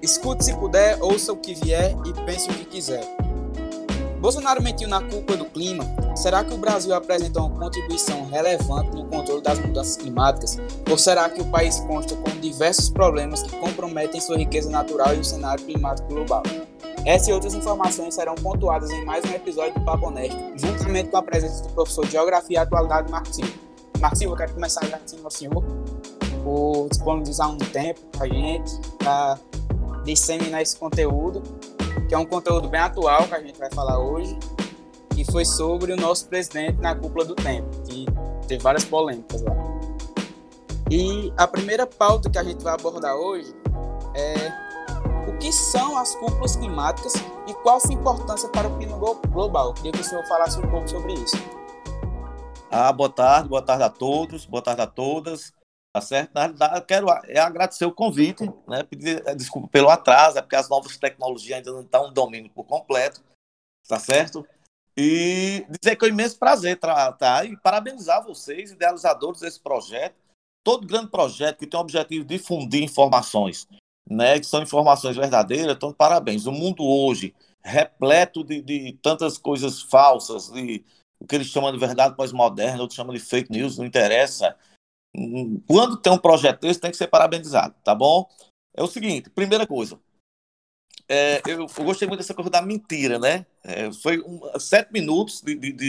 Escute se puder, ouça o que vier e pense o que quiser. Bolsonaro mentiu na cúpula do clima? Será que o Brasil apresentou uma contribuição relevante no controle das mudanças climáticas? Ou será que o país consta com diversos problemas que comprometem sua riqueza natural e o cenário climático global? Essa e outras informações serão pontuadas em mais um episódio do Papo Honesto, juntamente com a presença do professor de Geografia e Atualidade, Marcos Silva. Marcos Silva, eu quero começar agradecendo ao senhor por disponibilizar um tempo para a gente, para disseminar esse conteúdo, que é um conteúdo bem atual que a gente vai falar hoje, e foi sobre o nosso presidente na cúpula do tempo, que teve várias polêmicas lá. E a primeira pauta que a gente vai abordar hoje é o que são as cúpulas climáticas e qual sua importância para o clima global. Eu queria que o senhor falasse um pouco sobre isso. Boa tarde a todos, boa tarde a todas. Tá certo? Na realidade, eu quero agradecer o convite, né? Pedir desculpa pelo atraso, porque as novas tecnologias ainda não estão no domínio por completo, tá certo? E dizer que é um imenso prazer e parabenizar vocês, idealizadores desse projeto, todo grande projeto que tem o objetivo de difundir informações, né? Que são informações verdadeiras, então parabéns. O mundo hoje, repleto de tantas coisas falsas, de o que eles chamam de verdade pós-moderna, outros chamam de fake news, não interessa. Quando tem um projeto desse, tem que ser parabenizado, tá bom? É o seguinte, primeira coisa, eu gostei muito dessa coisa da mentira, né? Foi 7 minutos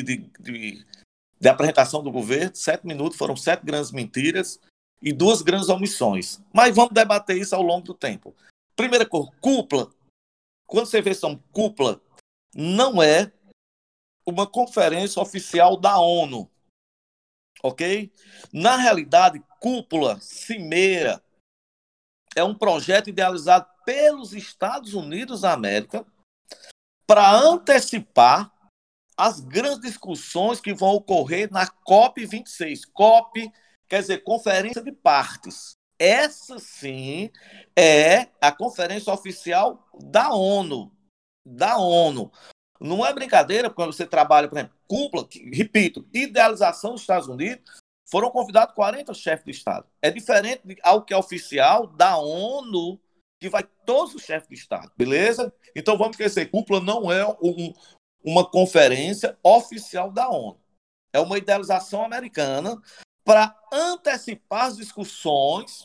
de apresentação do governo, 7 minutos, foram 7 grandes mentiras e 2 grandes omissões. Mas vamos debater isso ao longo do tempo. Primeira coisa, cúpula. Quando você vê essa cúpula, não é uma conferência oficial da ONU. Ok? Na realidade, cúpula, cimeira, é um projeto idealizado pelos Estados Unidos da América para antecipar as grandes discussões que vão ocorrer na COP26. COP quer dizer Conferência de Partes. Essa, sim, é a conferência oficial da ONU. Da ONU. Não é brincadeira, quando você trabalha, por exemplo, cúpula, repito, idealização dos Estados Unidos, foram convidados 40 chefes de Estado. É diferente ao que é oficial da ONU, que vai todos os chefes de Estado, beleza? Então vamos esquecer, cúpula não é uma conferência oficial da ONU. É uma idealização americana para antecipar as discussões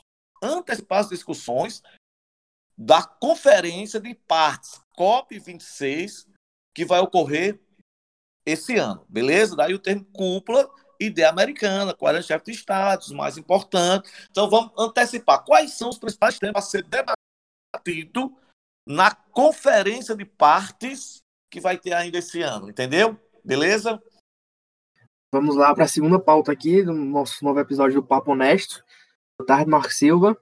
da Conferência de Partes, COP26, que vai ocorrer esse ano, beleza? Daí o termo cúpula, ideia americana, 40 chefes de Estado, os mais importantes. Então vamos antecipar. Quais são os principais temas a ser debatidos na Conferência de Partes que vai ter ainda esse ano, entendeu? Beleza? Vamos lá para a segunda pauta aqui do nosso novo episódio do Papo Honesto. Boa tarde, Marcos Silva.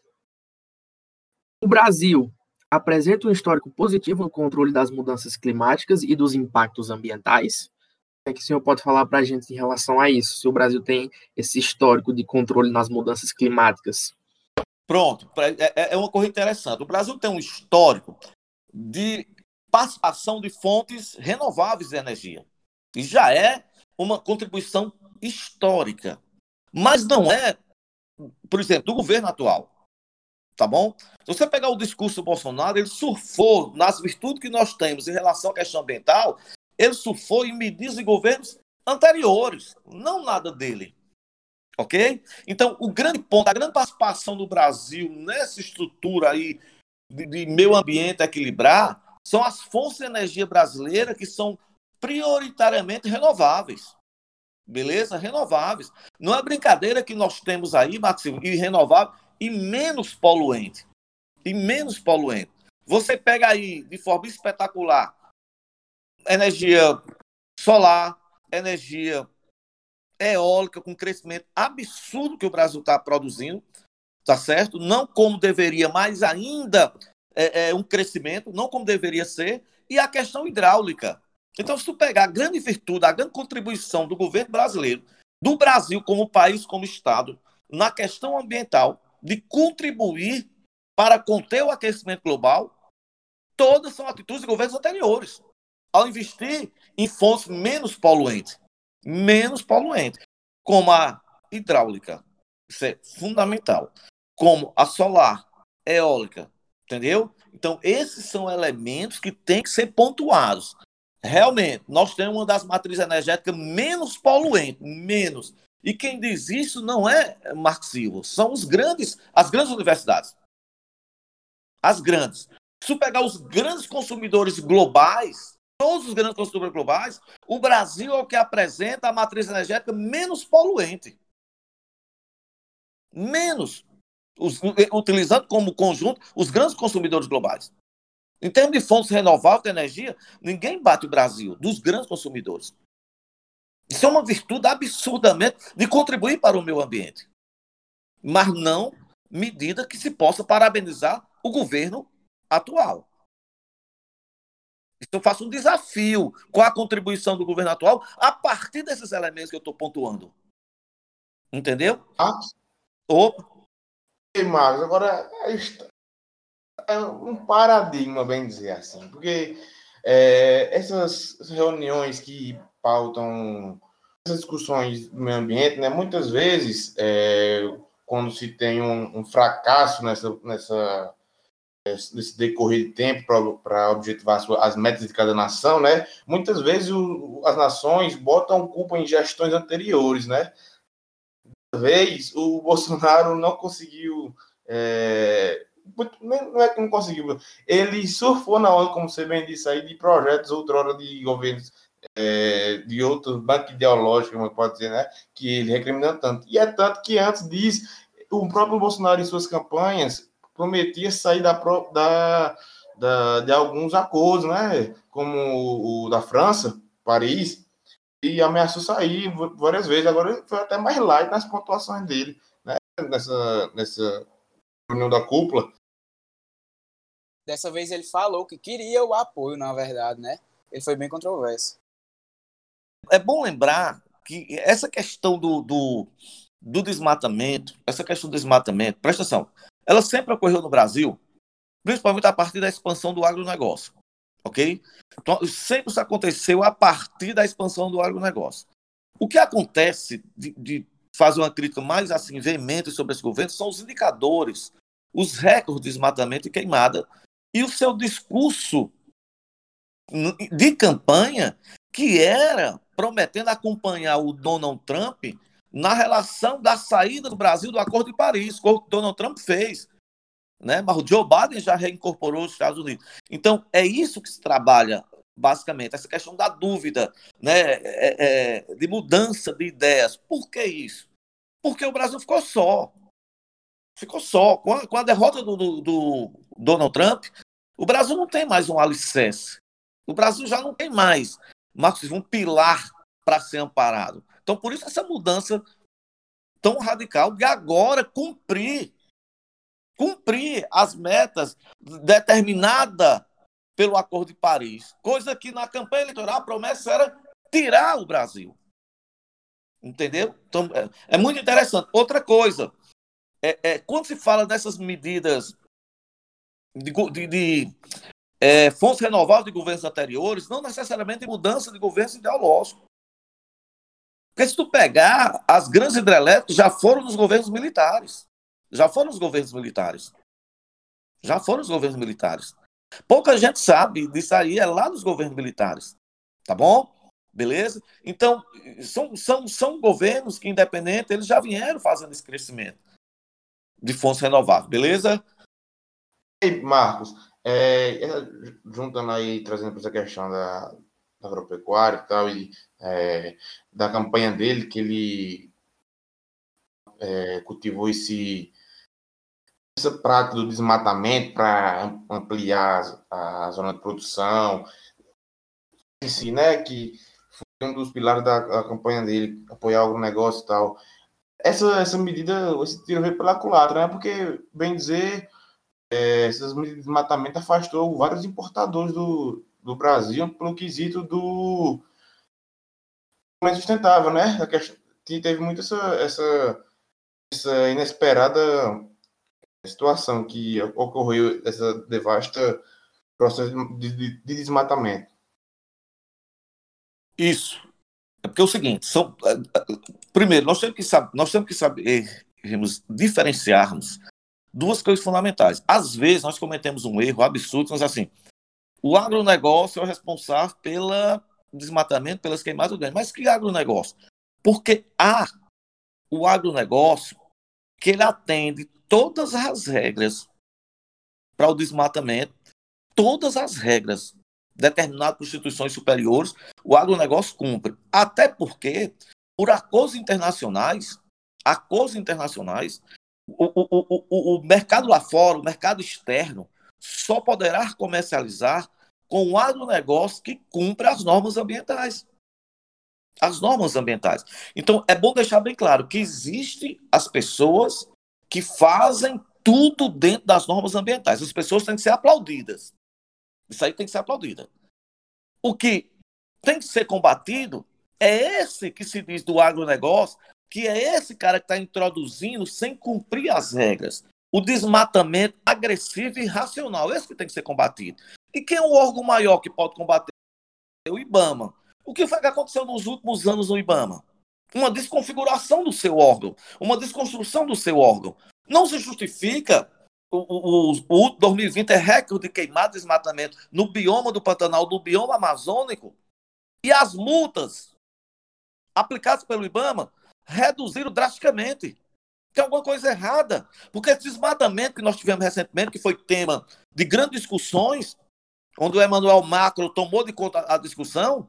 O Brasil apresenta um histórico positivo no controle das mudanças climáticas e dos impactos ambientais. O que o senhor pode falar para a gente em relação a isso? Se o Brasil tem esse histórico de controle nas mudanças climáticas? Pronto, é uma coisa interessante. O Brasil tem um histórico de participação de fontes renováveis de energia. E já é uma contribuição histórica. Mas não é, por exemplo, do governo atual. Tá bom? Se você pegar o discurso do Bolsonaro, ele surfou nas virtudes que nós temos em relação à questão ambiental, ele surfou em medidas de governos anteriores, não nada dele. Ok? Então, o grande ponto, a grande participação do Brasil nessa estrutura aí de meio ambiente equilibrar são as fontes de energia brasileira que são prioritariamente renováveis. Beleza? Renováveis. Não é brincadeira que nós temos aí, Maximo, e renovável e menos poluente. E menos poluente. Você pega aí, de forma espetacular, energia solar, energia eólica, com crescimento absurdo que o Brasil está produzindo, tá certo? Não como deveria, mas ainda um crescimento, não como deveria ser, e a questão hidráulica. Então, se tu pegar a grande virtude, a grande contribuição do governo brasileiro, do Brasil como país, como Estado, na questão ambiental, de contribuir para conter o aquecimento global, todas são atitudes de governos anteriores, ao investir em fontes menos poluentes, como a hidráulica, isso é fundamental, como a solar, eólica, entendeu? Então, esses são elementos que têm que ser pontuados. Realmente, nós temos uma das matrizes energéticas menos poluentes, menos. E quem diz isso não é Marco Silva, são as grandes universidades. As grandes. Se eu pegar os grandes consumidores globais, todos os grandes consumidores globais, o Brasil é o que apresenta a matriz energética menos poluente. Menos. Utilizando como conjunto os grandes consumidores globais. Em termos de fontes renováveis de energia, ninguém bate o Brasil, dos grandes consumidores. Isso é uma virtude absurdamente de contribuir para o meio ambiente. Mas não medida que se possa parabenizar o governo atual. Então, eu faço um desafio com a contribuição do governo atual a partir desses elementos que eu estou pontuando. Entendeu? Opa. E, Marcos, agora é um paradigma, bem dizer assim, porque essas reuniões que pautam essas discussões do meio ambiente, né, muitas vezes, quando se tem um fracasso nesse decorrer de tempo para objetivar as metas de cada nação, né, muitas vezes as nações botam culpa em gestões anteriores, né? Vez o Bolsonaro não conseguiu, não é que não conseguiu, ele surfou na onda, como você bem disse aí, de projetos outrora de governos de outro banco ideológico, como pode dizer, né, que ele recrimina tanto. E é tanto que antes disso, o próprio Bolsonaro em suas campanhas prometia sair de alguns acordos, né, como o da França, Paris, e ameaçou sair várias vezes. Agora foi até mais light nas pontuações dele, né? Nessa reunião da cúpula. Dessa vez ele falou que queria o apoio, na verdade, né? Ele foi bem controverso. É bom lembrar que essa questão do desmatamento, presta atenção, ela sempre ocorreu no Brasil, principalmente a partir da expansão do agronegócio. Ok? Então, sempre isso aconteceu a partir da expansão do agronegócio. O que acontece de fazer uma crítica mais assim veemente sobre esse governo são os indicadores, os recordes de desmatamento e queimada e o seu discurso de campanha que era prometendo acompanhar o Donald Trump na relação da saída do Brasil do Acordo de Paris, que o Donald Trump fez. Né? Mas o Joe Biden já reincorporou os Estados Unidos. Então, é isso que se trabalha, basicamente, essa questão da dúvida, né? De mudança de ideias. Por que isso? Porque o Brasil ficou só. Ficou só. Com a derrota do Donald Trump, o Brasil não tem mais um alicerce. O Brasil já não tem mais, Marcos, um pilar para ser amparado. Então, por isso, essa mudança tão radical de agora cumprir as metas determinadas pelo Acordo de Paris. Coisa que na campanha eleitoral a promessa era tirar o Brasil. Entendeu? Então, é muito interessante. Outra coisa, quando se fala dessas medidas de fontes renováveis de governos anteriores, não necessariamente mudança de governos ideológicos. Porque se tu pegar, as grandes hidrelétricas já foram nos governos militares. Pouca gente sabe disso aí, é lá nos governos militares. Tá bom? Beleza? Então, são governos que, independente, eles já vieram fazendo esse crescimento de fontes renováveis. Beleza? E Marcos, juntando aí, trazendo para essa questão da agropecuária e tal, e da campanha dele, que ele cultivou essa prática do desmatamento para ampliar a zona de produção, em si, né, que foi um dos pilares da campanha dele, apoiar o agronegócio e tal. Essa medida, esse tiro veio pela culatra, né, porque, bem dizer, essas medidas de desmatamento afastou vários importadores do Brasil pelo quesito do desenvolvimento sustentável, né, que teve muito essa inesperada situação que ocorreu, essa devasta processo de desmatamento. Isso. É porque é o seguinte, primeiro, nós temos que sabermos diferenciarmos duas coisas fundamentais. Às vezes, nós cometemos um erro absurdo, mas assim, o agronegócio é o responsável pelo desmatamento, pelas queimadas do grande. Mas que agronegócio? Porque há o agronegócio que ele atende todas as regras para o desmatamento, todas as regras determinadas por instituições superiores, o agronegócio cumpre. Até porque, por acordos internacionais, o mercado lá fora, o mercado externo, só poderá comercializar com o agronegócio que cumpre as normas ambientais. As normas ambientais. Então, é bom deixar bem claro que existem as pessoas que fazem tudo dentro das normas ambientais. As pessoas têm que ser aplaudidas. Isso aí tem que ser aplaudido. O que tem que ser combatido é esse que se diz do agronegócio, que é esse cara que está introduzindo sem cumprir as regras. O desmatamento agressivo e irracional. Esse que tem que ser combatido. E quem é o órgão maior que pode combater? O IBAMA. O que foi que aconteceu nos últimos anos no IBAMA? Uma desconfiguração do seu órgão, uma desconstrução do seu órgão. Não se justifica. O 2020 é recorde de queimada e desmatamento no bioma do Pantanal, no bioma amazônico. E as multas aplicadas pelo IBAMA reduziram drasticamente. Tem alguma coisa errada. Porque esse desmatamento que nós tivemos recentemente, que foi tema de grandes discussões, onde o Emmanuel Macron tomou de conta a discussão,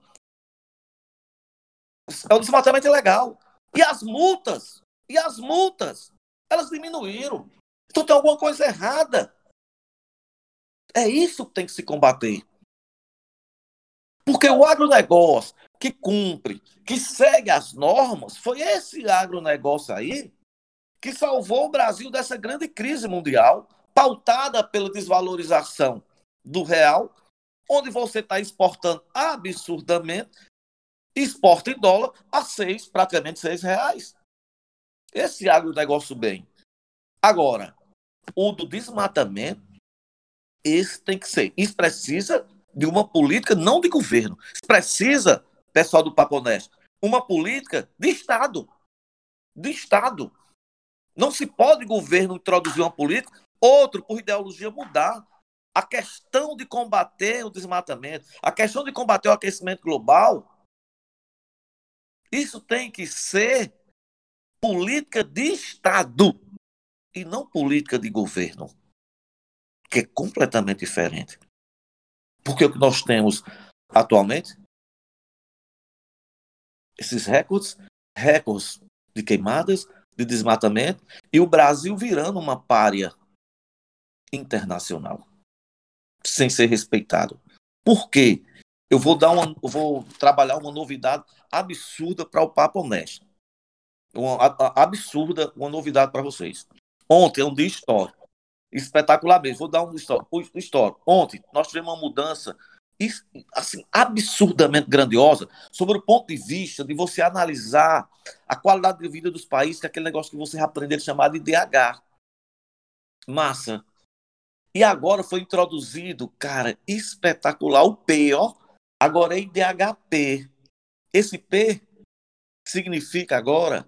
é um desmatamento ilegal. E as multas, elas diminuíram. Então tem alguma coisa errada. É isso que tem que se combater. Porque o agronegócio que cumpre, que segue as normas, foi esse agronegócio aí que salvou o Brasil dessa grande crise mundial, pautada pela desvalorização do real, onde você está exportando absurdamente, exporta em dólar a praticamente R$6. Esse agronegócio bem. Agora, o do desmatamento, esse tem que ser. Isso precisa de uma política não de governo. Isso precisa, pessoal do Papo Honesto, uma política de Estado. De Estado. Não se pode governo introduzir uma política, outro, por ideologia, mudar. A questão de combater o desmatamento, a questão de combater o aquecimento global, isso tem que ser política de Estado e não política de governo, que é completamente diferente. Porque o que nós temos atualmente, esses recordes de queimadas, de desmatamento, e o Brasil virando uma pária internacional, sem ser respeitado. Por quê? Eu vou trabalhar uma novidade absurda para o Papo Honesto. Uma novidade para vocês. Ontem é um dia histórico. Espetacular mesmo. Vou dar um histórico. Ontem nós tivemos uma mudança assim, absurdamente grandiosa sobre o ponto de vista de você analisar a qualidade de vida dos países, que é aquele negócio que você aprendeu a chamar de IDH. Massa. E agora foi introduzido, cara, espetacular, o P, ó. Agora é IDHP. Esse P significa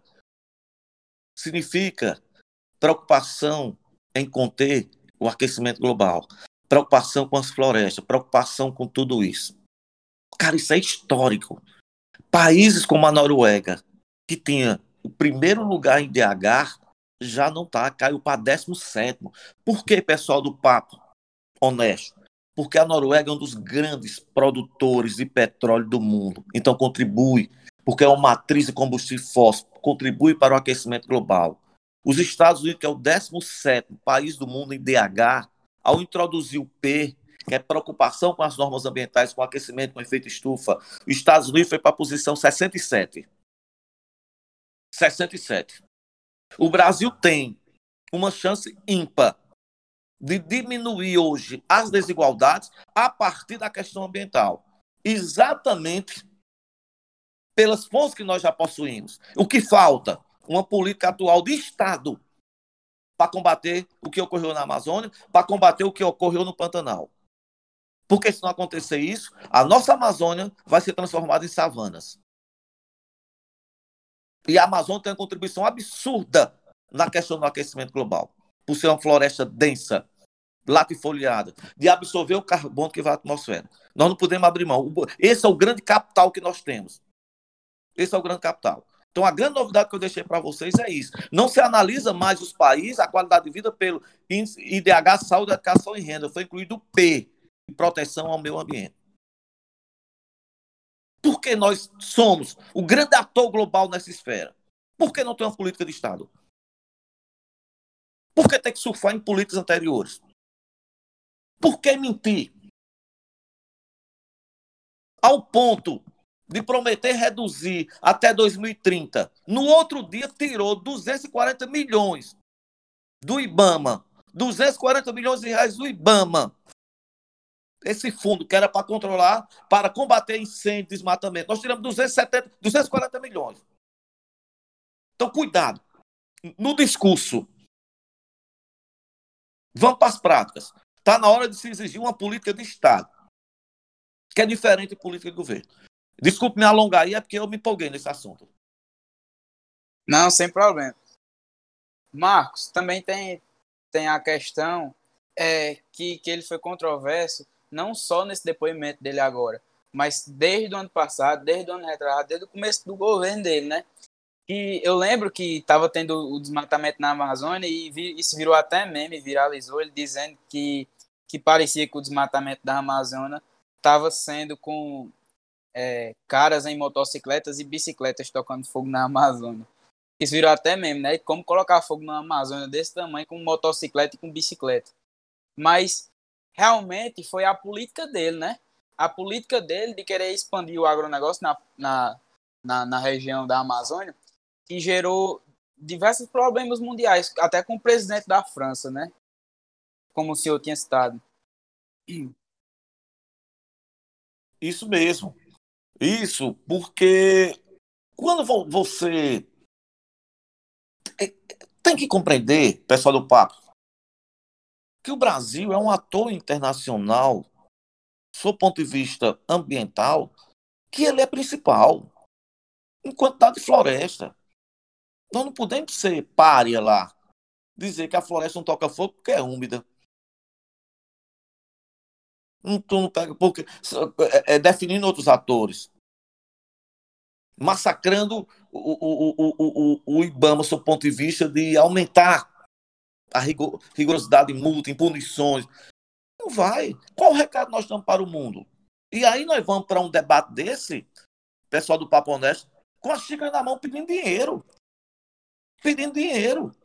preocupação em conter o aquecimento global, preocupação com as florestas, preocupação com tudo isso. Cara, isso é histórico. Países como a Noruega, que tinha o primeiro lugar em DH, já não está, caiu para 17º. Por que, pessoal do Papo Honesto? Porque a Noruega é um dos grandes produtores de petróleo do mundo. Então contribui, porque é uma matriz de combustível fóssil, contribui para o aquecimento global. Os Estados Unidos, que é o 17º país do mundo em DH, ao introduzir o P, que é preocupação com as normas ambientais, com aquecimento, com efeito estufa, os Estados Unidos foi para a posição 67. 67. O Brasil tem uma chance ímpar de diminuir hoje as desigualdades a partir da questão ambiental. Exatamente pelas fontes que nós já possuímos. O que falta? Uma política atual de Estado para combater o que ocorreu na Amazônia, para combater o que ocorreu no Pantanal. Porque se não acontecer isso, a nossa Amazônia vai ser transformada em savanas. E a Amazônia tem uma contribuição absurda na questão do aquecimento global. por ser uma floresta densa, latifoliada, de absorver o carbono que vai à atmosfera. Nós não podemos abrir mão. Esse é o grande capital que nós temos. Esse é o grande capital. Então, a grande novidade que eu deixei para vocês é isso. Não se analisa mais os países, a qualidade de vida pelo IDH, saúde, educação e renda. Foi incluído o P, proteção ao meio ambiente. Porque nós somos o grande ator global nessa esfera. Por que não tem uma política de Estado? Por que tem que surfar em políticas anteriores? Por que mentir? Ao ponto de prometer reduzir até 2030. No outro dia, tirou 240 milhões do IBAMA. 240 milhões de reais do IBAMA. Esse fundo que era para controlar, para combater incêndio, desmatamento. Nós tiramos 240 milhões. Então, cuidado. No discurso. Vamos para as práticas. Está na hora de se exigir uma política de Estado, que é diferente de política de governo. Desculpe me alongar aí, é porque eu me empolguei nesse assunto. Não, sem problema. Marcos, também tem a questão que ele foi controverso, não só nesse depoimento dele agora, mas desde o ano passado, desde o ano retrasado, desde o começo do governo dele, né? E eu lembro que estava tendo o desmatamento na Amazônia e isso virou até meme, viralizou, ele dizendo que parecia que o desmatamento da Amazônia estava sendo com caras em motocicletas e bicicletas tocando fogo na Amazônia. Isso virou até meme, né? Como colocar fogo na Amazônia desse tamanho com motocicleta e com bicicleta. Mas realmente foi a política dele, né? A política dele de querer expandir o agronegócio na região da Amazônia, que gerou diversos problemas mundiais, até com o presidente da França, né? Como o senhor tinha citado. Isso mesmo. Isso, porque quando você tem que compreender, pessoal do papo, que o Brasil é um ator internacional, sob o ponto de vista ambiental, que ele é principal em quantidade de floresta. Nós não podemos ser pária lá, dizer que a floresta não toca fogo porque é úmida. Não pega, porque definindo outros atores, massacrando o IBAMA sob o ponto de vista de aumentar a rigorosidade em multa, em punições. Não vai. Qual o recado nós damos para o mundo? E aí nós vamos para um debate desse, pessoal do Papo Honesto, com a xícara na mão pedindo dinheiro. Pedindo dinheiro.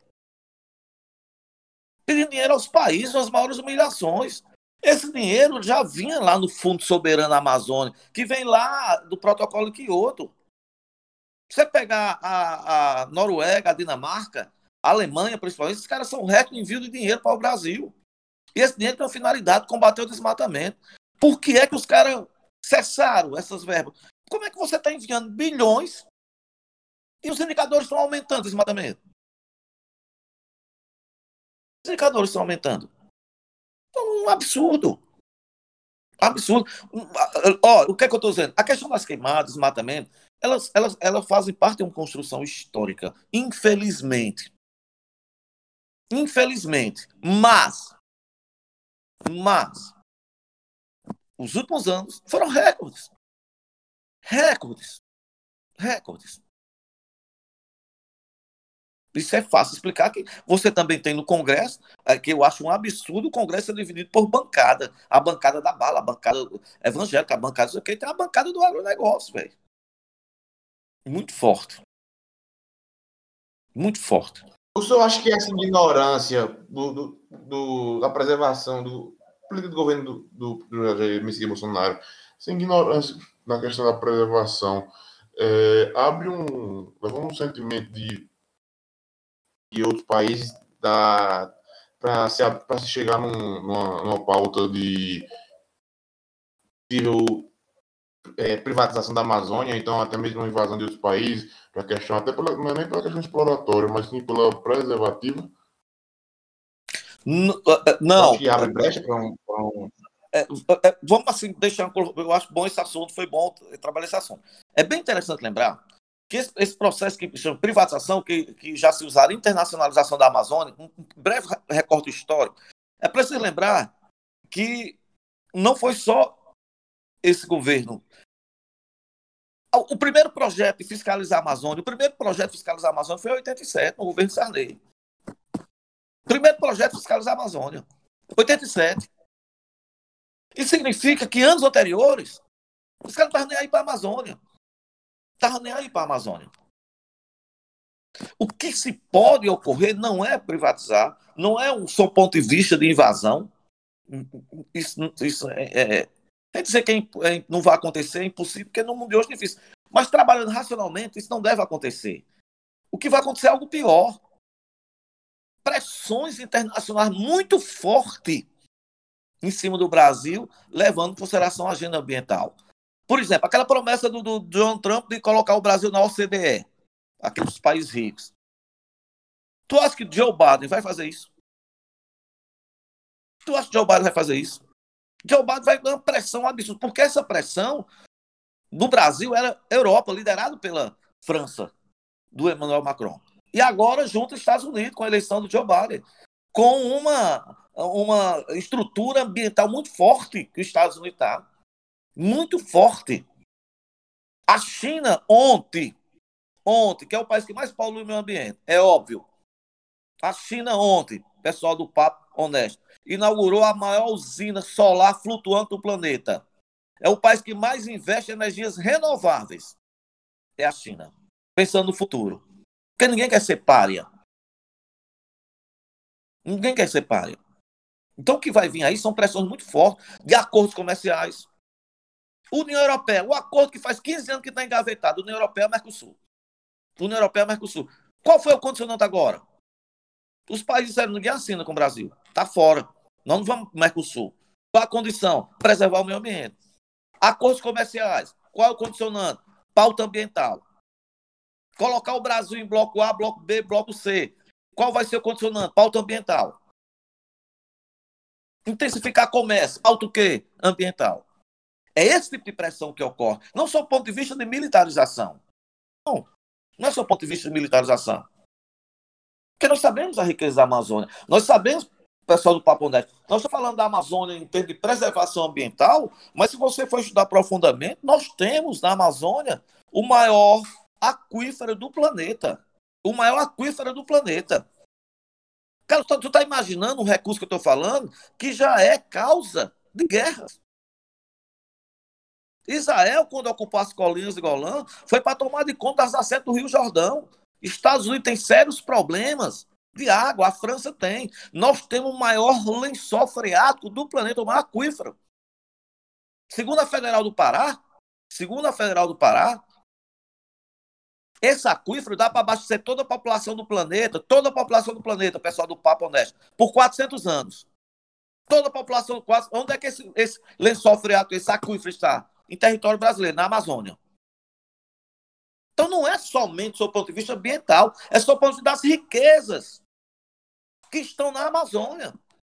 Pedindo dinheiro aos países, as maiores humilhações. Esse dinheiro já vinha lá no Fundo Soberano Amazônia, que vem lá do protocolo Kyoto. Você pegar a Noruega, a Dinamarca, a Alemanha, principalmente, esses caras são recorde em envio de dinheiro para o Brasil. E esse dinheiro tem uma finalidade, combater o desmatamento. Por que é que os caras cessaram essas verbas? Como é que você está enviando bilhões e os indicadores estão aumentando o desmatamento? Os indicadores estão aumentando. Um absurdo. Absurdo. O que é que eu estou dizendo? A questão das queimadas, desmatamento, elas fazem parte de uma construção histórica. Infelizmente. Infelizmente. Mas os últimos anos foram recordes. Recordes. Isso é fácil explicar, que você também tem no Congresso, que eu acho um absurdo, o Congresso é dividido por bancada. A bancada da bala, a bancada evangélica, a bancada do que tem a bancada do agronegócio, velho. Muito forte. Muito forte. O senhor acha que essa ignorância da preservação do política do governo do Jair Messias Bolsonaro, essa ignorância na questão da preservação, leva um sentimento de outros países para se chegar numa pauta de privatização da Amazônia, então até mesmo uma invasão de outros países, para questão, até não é nem pela questão exploratória, mas sim pela preservativa? Não. Acho que abre brecha para um... Vamos assim deixar. Eu acho bom esse assunto, foi bom trabalhar esse assunto. É bem interessante lembrar que esse processo que chama privatização, que já se usaram, internacionalização da Amazônia, um breve recorte histórico, é preciso lembrar que não foi só esse governo. O primeiro projeto de fiscalizar a Amazônia, foi em 87, no governo Sarney. O primeiro projeto de fiscalizar a Amazônia, 87. Isso significa que anos anteriores, os caras não estavam nem aí para a Amazônia. O que se pode ocorrer não é privatizar, não é sob ponto de vista de invasão. Isso quer dizer que não vai acontecer, é impossível, porque no mundo de hoje é difícil. Mas trabalhando racionalmente, isso não deve acontecer. O que vai acontecer é algo pior. Pressões internacionais muito fortes em cima do Brasil, levando em consideração a agenda ambiental. Por exemplo, aquela promessa do Donald Trump de colocar o Brasil na OCDE, aqueles países ricos. Tu acha que Joe Biden vai fazer isso? Joe Biden vai ganhar uma pressão absurda, porque essa pressão no Brasil era Europa, liderado pela França, do Emmanuel Macron. E agora junto os Estados Unidos com a eleição do Joe Biden, com uma estrutura ambiental muito forte que os Estados Unidos está. Muito forte. A China ontem, que é o país que mais polui o meio ambiente, é óbvio. A China ontem, pessoal do Papo Honesto, inaugurou a maior usina solar flutuante do planeta. É o país que mais investe em energias renováveis. É a China. Pensando no futuro. Porque ninguém quer ser pária. Então o que vai vir aí são pressões muito fortes de acordos comerciais. União Europeia, o acordo que faz 15 anos que está engavetado, União Europeia-Mercosul. Qual foi o condicionante agora? Os países disseram, ninguém assina com o Brasil. Está fora. Nós não vamos para o Mercosul. Qual a condição? Preservar o meio ambiente. Acordos comerciais. Qual é o condicionante? Pauta ambiental. Colocar o Brasil em bloco A, bloco B, bloco C. Qual vai ser o condicionante? Pauta ambiental. Intensificar comércio. Pauta o quê? Ambiental. É esse tipo de pressão que ocorre. Não só do ponto de vista de militarização. Não é só do ponto de vista de militarização. Porque nós sabemos a riqueza da Amazônia. Nós sabemos, pessoal do Papo Honesto, nós estamos falando da Amazônia em termos de preservação ambiental, mas se você for estudar profundamente, nós temos na Amazônia o maior aquífero do planeta. Cara, tu está imaginando um recurso que eu estou falando que já é causa de guerras. Israel, quando ocupou as colinas de Golã, foi para tomar de conta das nascentes do Rio Jordão. Estados Unidos tem sérios problemas de água, a França tem. Nós temos o maior lençol freático do planeta, o maior aquífero. Segundo a Federal do Pará, esse aquífero dá para abastecer toda a população do planeta, pessoal do Papo Honesto, por 400 anos. Toda a população, onde é que esse lençol freático, esse aquífero está? Em território brasileiro, na Amazônia. Então não é somente do ponto de vista ambiental, é só do ponto de vista das riquezas que estão na Amazônia.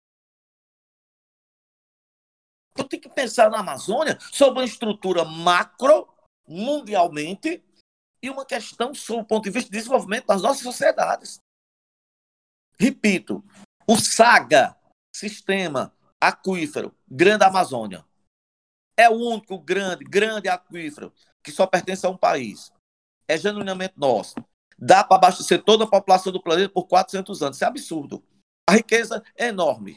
Então tem que pensar na Amazônia sob uma estrutura macro, mundialmente, e uma questão sob o ponto de vista de desenvolvimento das nossas sociedades. Repito, o SAGA, Sistema Aquífero Grande Amazônia, é o único grande aquífero que só pertence a um país. É genuinamente nosso. Dá para abastecer toda a população do planeta por 400 anos. Isso é absurdo. A riqueza é enorme.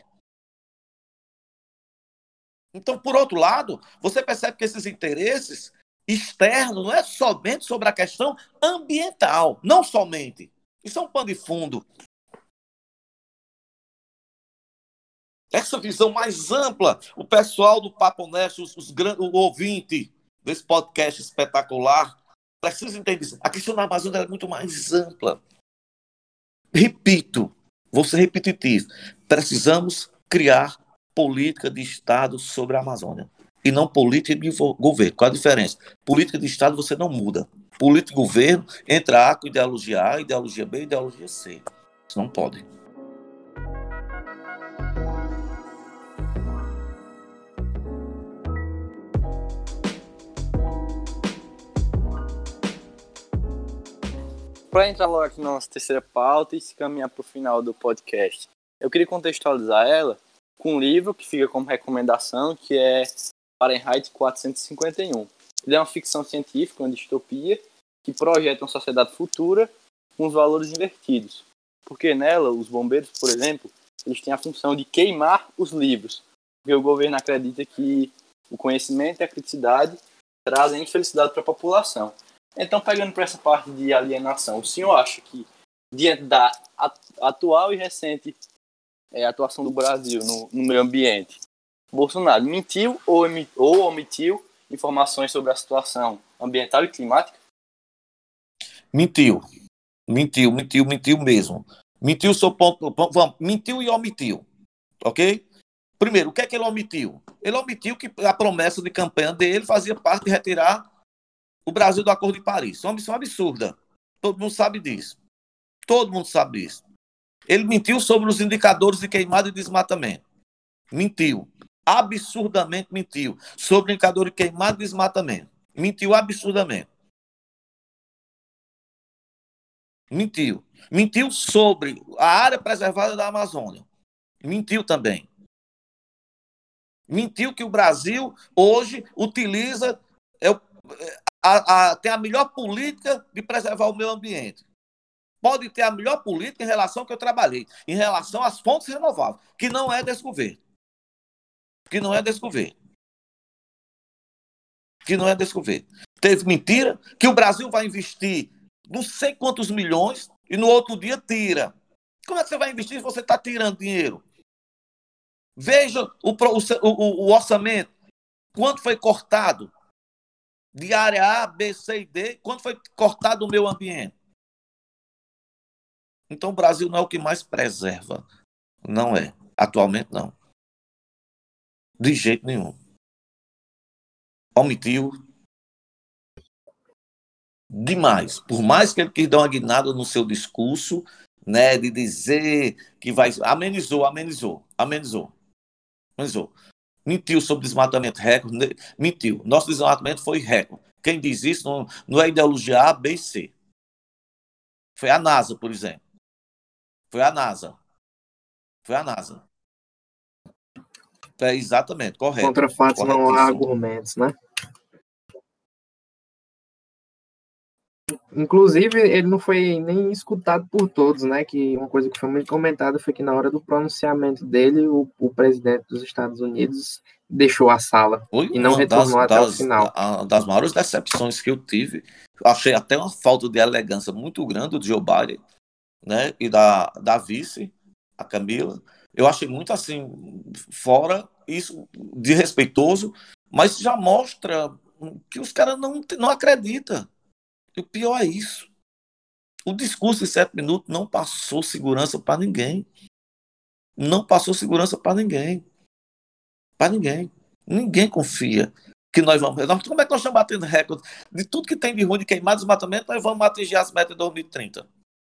Então, por outro lado, você percebe que esses interesses externos não é somente sobre a questão ambiental. Não somente. Isso é um pano de fundo. Essa visão mais ampla, o pessoal do Papo Honesto, o ouvinte desse podcast espetacular, precisa entender isso. A questão da Amazônia é muito mais ampla. Repito, vou ser repetitivo. Precisamos criar política de Estado sobre a Amazônia. E não política de governo. Qual a diferença? Política de Estado você não muda. Política de governo entra A com ideologia A, ideologia B, ideologia C. Isso não pode. para entrar logo aqui na nossa terceira pauta e se caminhar para o final do podcast, eu queria contextualizar ela com um livro que fica como recomendação, que é Fahrenheit 451. Ele é uma ficção científica, uma distopia, que projeta uma sociedade futura com os valores invertidos. Porque nela, os bombeiros, por exemplo, eles têm a função de queimar os livros. Porque o governo acredita que o conhecimento e a criticidade trazem infelicidade para a população. Então, pegando para essa parte de alienação, o senhor acha que, diante da atual e recente atuação do Brasil no meio ambiente, Bolsonaro mentiu ou omitiu informações sobre a situação ambiental e climática? Mentiu mesmo. Mentiu e omitiu, ok? Primeiro, o que é que ele omitiu? Ele omitiu que a promessa de campanha dele fazia parte de retirar o Brasil do Acordo de Paris. Isso é uma missão absurda. Todo mundo sabe disso. Todo mundo sabe disso. Ele mentiu sobre os indicadores de queimada e desmatamento. Mentiu. Absurdamente mentiu. Sobre o indicador de queimada e desmatamento. Mentiu absurdamente. Mentiu. Mentiu sobre a área preservada da Amazônia. Mentiu também. Mentiu que o Brasil hoje utiliza, tem a melhor política de preservar o meio ambiente. Pode ter a melhor política em relação ao que eu trabalhei, em relação às fontes renováveis, que não é desse governo. Que não é desse governo. Que não é desse governo. Teve mentira que o Brasil vai investir não sei quantos milhões e no outro dia tira. Como é que você vai investir se você está tirando dinheiro? Veja o orçamento. Quanto foi cortado de área A, B, C e D? Quanto foi cortado do meio ambiente? Então, o Brasil não é o que mais preserva. Não é. Atualmente, não. De jeito nenhum. Omitiu demais. Por mais que ele quis dar uma guinada no seu discurso, né, de dizer que vai... Amenizou. Mentiu sobre desmatamento recorde. Mentiu. Nosso desmatamento foi recorde. Quem diz isso não é ideologia A, B e C. Foi a NASA, por exemplo. Foi a NASA. Exatamente, correto. Contra fatos não há argumentos, né? Inclusive, ele não foi nem escutado por todos, né? Que uma coisa que foi muito comentada foi que na hora do pronunciamento dele, o presidente dos Estados Unidos deixou a sala e não retornou até o final. Das maiores decepções que eu tive, achei até uma falta de elegância muito grande do Joe Biden, né? E da vice, a Camila. Eu achei muito assim, fora isso, desrespeitoso, mas já mostra que os caras não acreditam. E o pior é isso. O discurso de 7 minutos não passou segurança para ninguém. Não passou segurança para ninguém. Para ninguém. Ninguém confia que nós vamos... Como é que nós estamos batendo recorde? De tudo que tem de ruim de queimar desmatamento, nós vamos atingir as metas de 2030.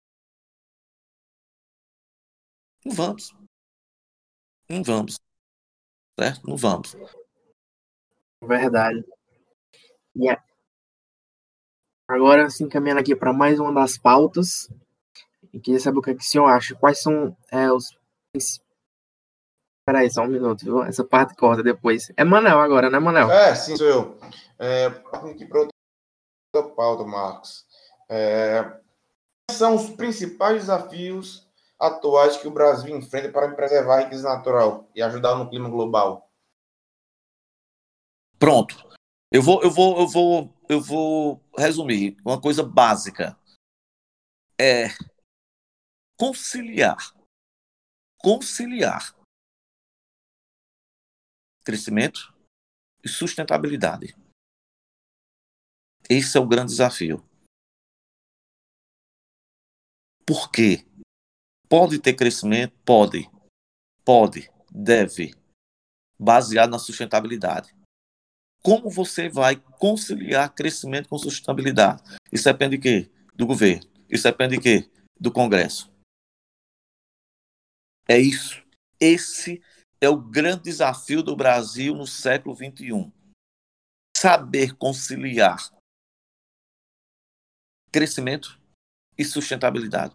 Não vamos. Não vamos. Certo? Não vamos. Verdade. Yeah. Agora, assim, caminhando aqui para mais uma das pautas, e queria saber o que o senhor acha. Quais são os... Peraí, só um minuto, viu? Essa parte corta depois. É Manel agora, né, Manel? Sim, sou eu. Aqui para outra pauta, Marcos. Quais são os principais desafios atuais que o Brasil enfrenta para preservar a riqueza natural e ajudar no clima global? Pronto. Eu vou resumir uma coisa básica. Conciliar crescimento e sustentabilidade. Esse é o grande desafio. Por quê? Pode ter crescimento? Pode, deve, baseado na sustentabilidade. Como você vai conciliar crescimento com sustentabilidade? Isso depende de quê? Do governo. Isso depende de quê? Do Congresso. É isso. Esse é o grande desafio do Brasil no século XXI. Saber conciliar crescimento e sustentabilidade.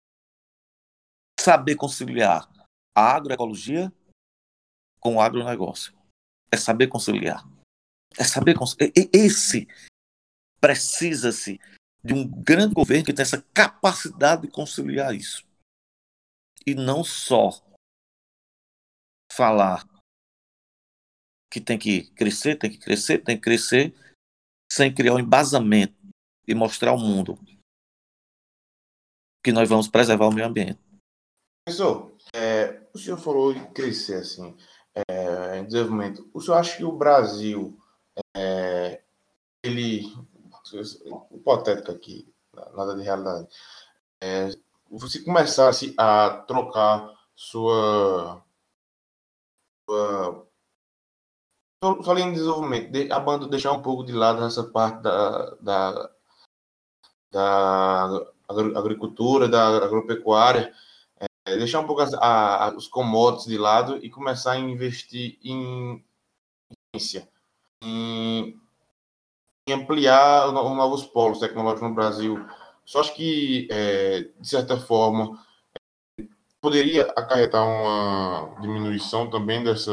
Saber conciliar a agroecologia com o agronegócio. É saber conciliar. É saber conciliar. Esse precisa-se de um grande governo que tenha essa capacidade de conciliar isso. E não só falar que tem que crescer, tem que crescer, tem que crescer, sem criar um embasamento e mostrar ao mundo que nós vamos preservar o meio ambiente. Professor, o senhor falou de crescer assim, em desenvolvimento. O senhor acha que o Brasil, ele, hipotético aqui, nada de realidade, você começasse a trocar sua linha de desenvolvimento, deixar um pouco de lado essa parte da agricultura, da agropecuária, deixar um pouco os commodities de lado e começar a investir em ciência, em ampliar os novos polos tecnológicos no Brasil. Só acho que, de certa forma, poderia acarretar uma diminuição também desse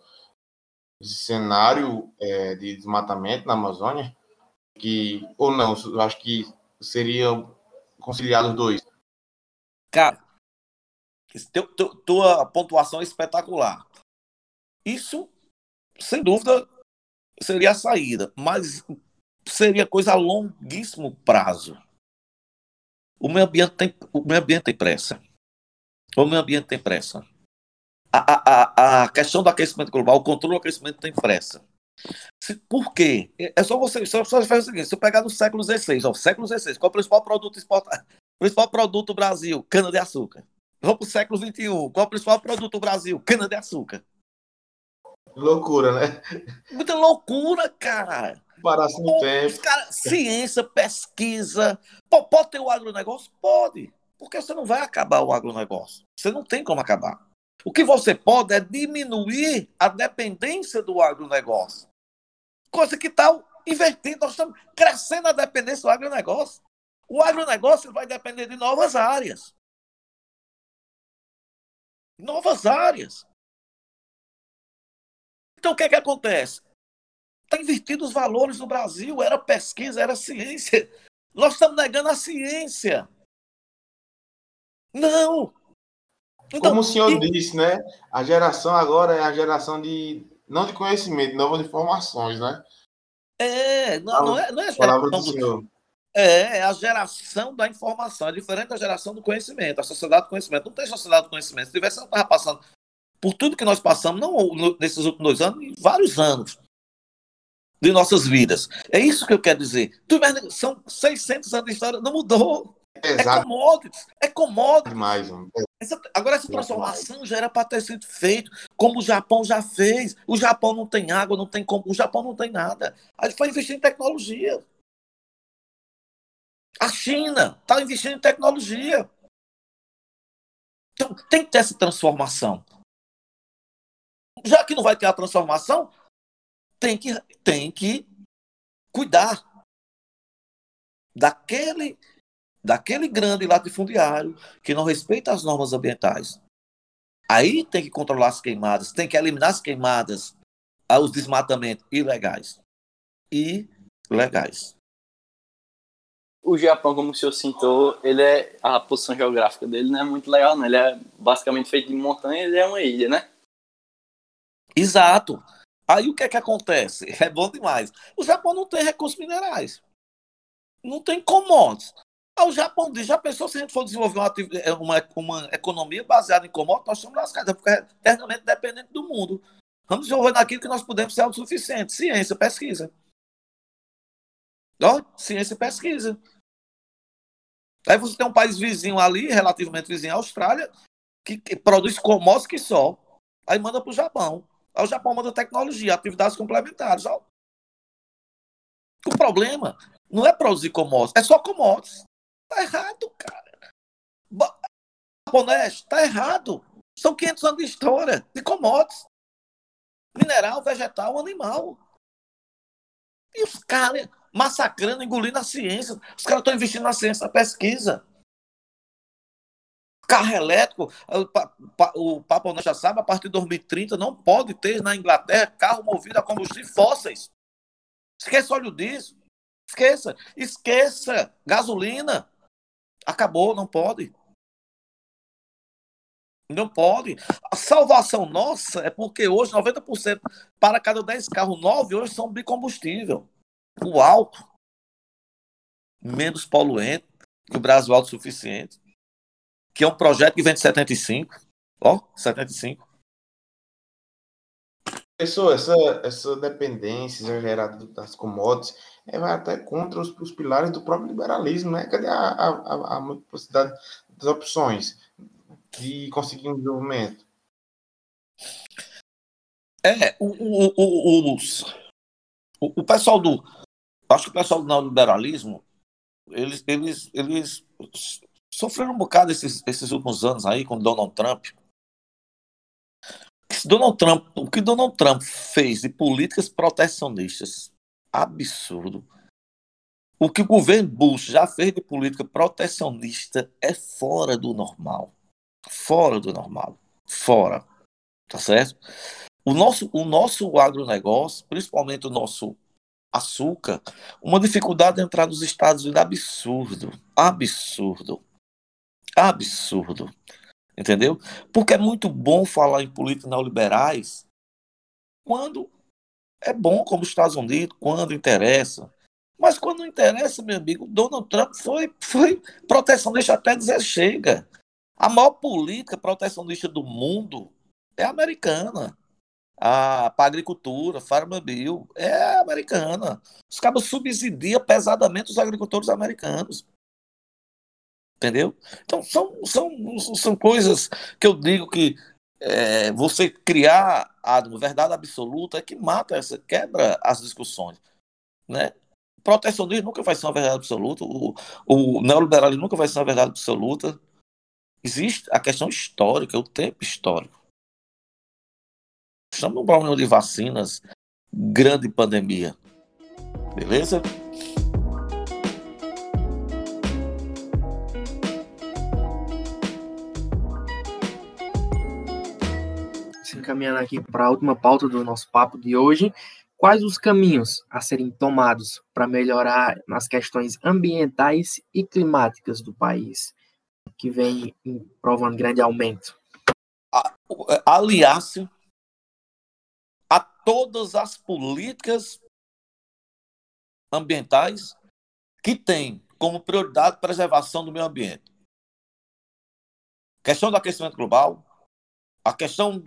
cenário de desmatamento na Amazônia, ou não, eu acho que seria conciliar os dois. Cara, tua pontuação é espetacular. Isso, sem dúvida, seria a saída, mas seria coisa a longuíssimo prazo. O meio ambiente tem pressa. O meio ambiente tem pressa. A questão do aquecimento global, o controle do aquecimento tem pressa. Por quê? É só você fazer o seguinte: se eu pegar no século XVI, século XVI, qual é o principal produto exportado? Principal produto do Brasil? Cana-de-açúcar. Vamos para o século XXI. Qual é o principal produto do Brasil? Cana-de-açúcar. Loucura, né? Muita loucura, cara. Parar-se no tempo. Ciência, pesquisa. Pode ter o agronegócio? Pode. Porque você não vai acabar o agronegócio. Você não tem como acabar. O que você pode é diminuir a dependência do agronegócio. Coisa que está invertendo. Nós estamos crescendo a dependência do agronegócio. O agronegócio vai depender de novas áreas. Novas áreas. Então, o que acontece? Está invertido os valores no Brasil. Era pesquisa, era ciência. Nós estamos negando a ciência. Não. Então, como o senhor disse, né? A geração agora é a geração não de conhecimento, não de informações, né? Não é a palavra do senhor. É a geração da informação. É diferente da geração do conhecimento. A sociedade do conhecimento. Não tem sociedade do conhecimento. Se tivesse, não estava passando por tudo que nós passamos, não nesses últimos 2 anos, em vários anos de nossas vidas. É isso que eu quero dizer. São 600 anos de história, não mudou. Exato. É commodities. Demais, agora, essa transformação já era para ter sido feita, como o Japão já fez. O Japão não tem água, não tem como. O Japão não tem nada. Aí ele foi investir em tecnologia. A China está investindo em tecnologia. Então, tem que ter essa transformação. Já que não vai ter a transformação, tem que cuidar daquele grande latifundiário que não respeita as normas ambientais. Aí tem que controlar as queimadas, tem que eliminar as queimadas, os desmatamentos ilegais. O Japão, como o senhor citou, a posição geográfica dele não é muito legal, não. Ele é basicamente feito de montanha, ele é uma ilha, né? Exato. Aí o que acontece? É bom demais. O Japão não tem recursos minerais. Não tem commodities. O Japão diz, já pensou se a gente for desenvolver uma economia baseada em commodities, nós estamos lascados, porque é eternamente dependente do mundo. Vamos desenvolver naquilo que nós podemos ser autossuficientes. Ciência, pesquisa. Ciência e pesquisa. Aí você tem um país vizinho ali, relativamente vizinho à Austrália, que produz commodities que só. Aí manda para o Japão. Aí o Japão manda tecnologia, atividades complementares. O problema não é produzir commodities, é só commodities. Tá errado, cara. Japonês, tá errado. São 500 anos de história de commodities. Mineral, vegetal, animal. E os caras massacrando, engolindo a ciência. Os caras estão investindo na ciência, na pesquisa. Carro elétrico, o Papo Honesto já sabe, a partir de 2030 não pode ter na Inglaterra carro movido a combustíveis fósseis. Esqueça óleo diesel. Esqueça gasolina. Acabou, não pode. Não pode. A salvação nossa é porque hoje 90% para cada 10 carros 9 hoje são bicombustível. O álcool menos poluente que o Brasil autossuficiente, que é um projeto que vem de 75. Ó, 75. Pessoal, essa dependência gerada das commodities vai até contra os pilares do próprio liberalismo, né? Cadê a multiplicidade das opções de conseguir um desenvolvimento? O pessoal do. Acho que o pessoal do neoliberalismo, eles sofreram um bocado esses últimos anos aí com Donald Trump. O que Donald Trump fez de políticas protecionistas, absurdo. O que o governo Bush já fez de política protecionista é fora do normal. Fora do normal. Fora. Tá certo? O nosso agronegócio, principalmente o nosso açúcar, uma dificuldade de entrar nos Estados Unidos absurdo. Absurdo. Absurdo. Entendeu? Porque é muito bom falar em políticas neoliberais quando é bom, como os Estados Unidos, quando interessa. Mas quando não interessa, meu amigo, Donald Trump foi protecionista até dizer chega. A maior política protecionista do mundo é americana. Para a agricultura, Farm Bill, é americana. Os cabos subsidiam pesadamente os agricultores americanos. Entendeu? Então, são coisas que eu digo que você criar a verdade absoluta é que mata, quebra as discussões. Né? O protecionismo nunca vai ser uma verdade absoluta, o neoliberalismo nunca vai ser uma verdade absoluta. Existe a questão histórica, o tempo histórico. Estamos num problema de vacinas, grande pandemia. Beleza? Se encaminhando aqui para a última pauta do nosso papo de hoje, quais os caminhos a serem tomados para melhorar nas questões ambientais e climáticas do país, que vem provando grande aumento? Aliar-se a todas as políticas ambientais que têm como prioridade a preservação do meio ambiente. Questão do aquecimento global, a questão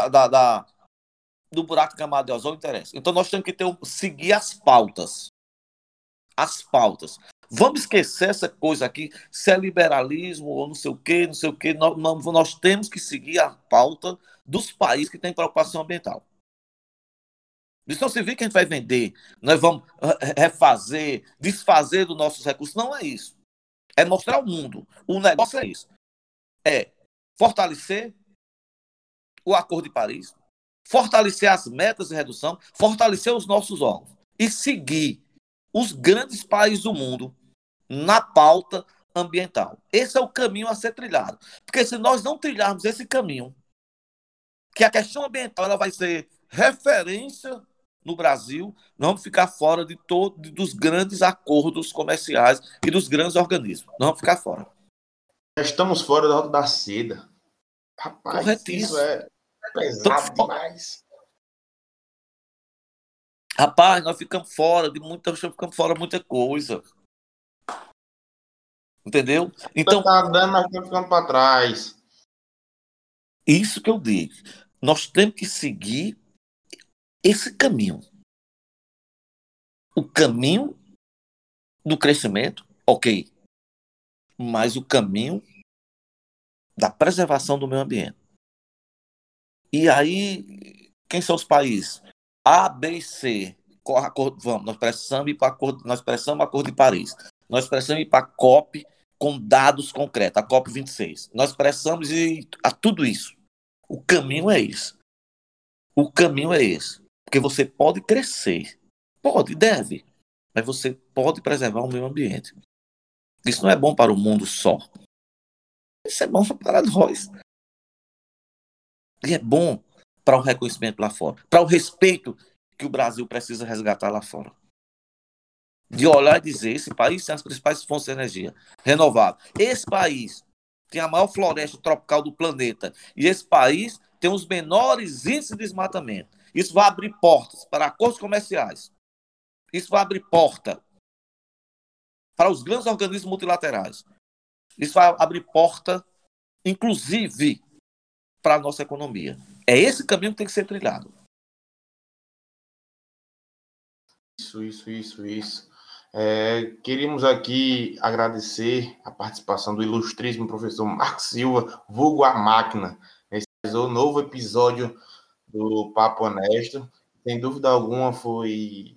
do buraco de camada de ozônio interessa. Então nós temos que seguir as pautas. As pautas. Vamos esquecer essa coisa aqui, se é liberalismo ou não sei o quê, não sei o quê. Nós temos que seguir a pauta dos países que têm preocupação ambiental. Isso não significa que a gente vai vender, nós vamos refazer, desfazer dos nossos recursos. Não é isso. É mostrar ao mundo. O negócio é isso. É fortalecer o Acordo de Paris, fortalecer as metas de redução, fortalecer os nossos órgãos e seguir os grandes países do mundo na pauta ambiental. Esse é o caminho a ser trilhado. Porque se nós não trilharmos esse caminho, que a questão ambiental ela vai ser referência no Brasil, nós vamos ficar fora dos grandes acordos comerciais e dos grandes organismos. Nós vamos ficar fora. Estamos fora da Rota da Seda. Rapaz, corretíssimo. Isso é pesado demais. Rapaz, nós ficamos fora de muita coisa. Entendeu? Então, tá andando, mas tá ficando para trás. Isso que eu digo. Nós temos que seguir esse caminho. O caminho do crescimento, ok. Mas o caminho da preservação do meio ambiente. E aí, quem são os países? A, B e C. Vamos, nós precisamos ir para o Acordo de Paris. Nós precisamos ir para a COP com dados concretos, a COP 26. Nós precisamos ir a tudo isso. O caminho é esse. O caminho é esse. Porque você pode crescer. Pode, deve. Mas você pode preservar o meio ambiente. Isso não é bom para o mundo só. Isso é bom para nós. E é bom para o reconhecimento lá fora, para o respeito que o Brasil precisa resgatar lá fora. De olhar e dizer, esse país tem as principais fontes de energia renovável. Esse país tem a maior floresta tropical do planeta. E esse país tem os menores índices de desmatamento. Isso vai abrir portas para acordos comerciais. Isso vai abrir porta para os grandes organismos multilaterais. Isso vai abrir porta, inclusive, para a nossa economia. É esse caminho que tem que ser trilhado. Isso. Queríamos aqui agradecer a participação do ilustríssimo professor Marcos Silva, vulgo a máquina, nesse novo episódio do Papo Honesto. Sem dúvida alguma foi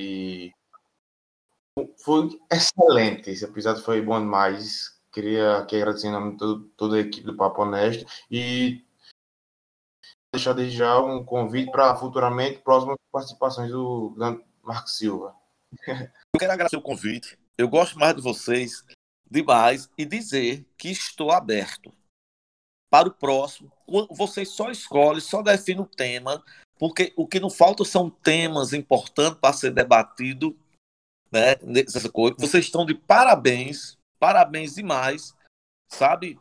excelente. Esse episódio foi bom demais. Queria aqui agradecer em nome de toda a equipe do Papo Honesto e deixar desde já um convite para futuramente próximas participações do Marcos Silva. Eu quero agradecer o convite. Eu gosto mais de vocês demais e dizer que estou aberto para o próximo. Vocês só escolhem, só definem o tema, porque o que não falta são temas importantes para ser debatido, né? Essa coisa. Vocês estão de parabéns demais, sabe?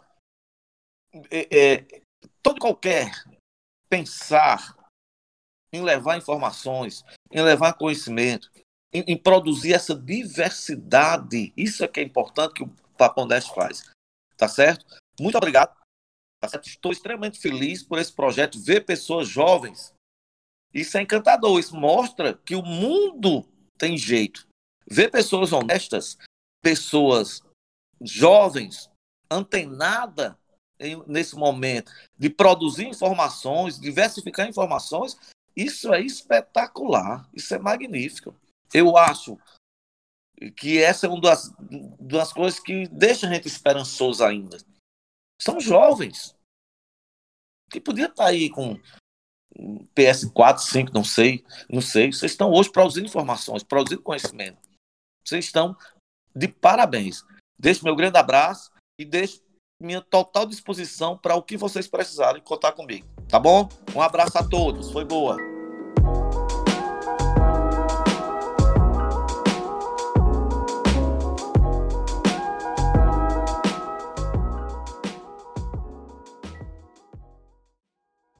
Todo qualquer pensar em levar informações, em levar conhecimento, em produzir essa diversidade. Isso é que é importante que o Papo Honesto faz. Tá certo? Muito obrigado. Tá certo? Estou extremamente feliz por esse projeto, ver pessoas jovens. Isso é encantador. Isso mostra que o mundo tem jeito. Ver pessoas honestas, pessoas jovens, antenadas nesse momento, de produzir informações, diversificar informações, isso é espetacular. Isso é magnífico. Eu acho que essa é uma das coisas que deixa a gente esperançoso ainda. São jovens que podiam estar aí com PS4, 5, não sei. Vocês estão hoje produzindo informações, produzindo conhecimento. Vocês estão de parabéns. Deixo meu grande abraço e deixo minha total disposição para o que vocês precisarem contar comigo. Tá bom? Um abraço a todos. Foi boa.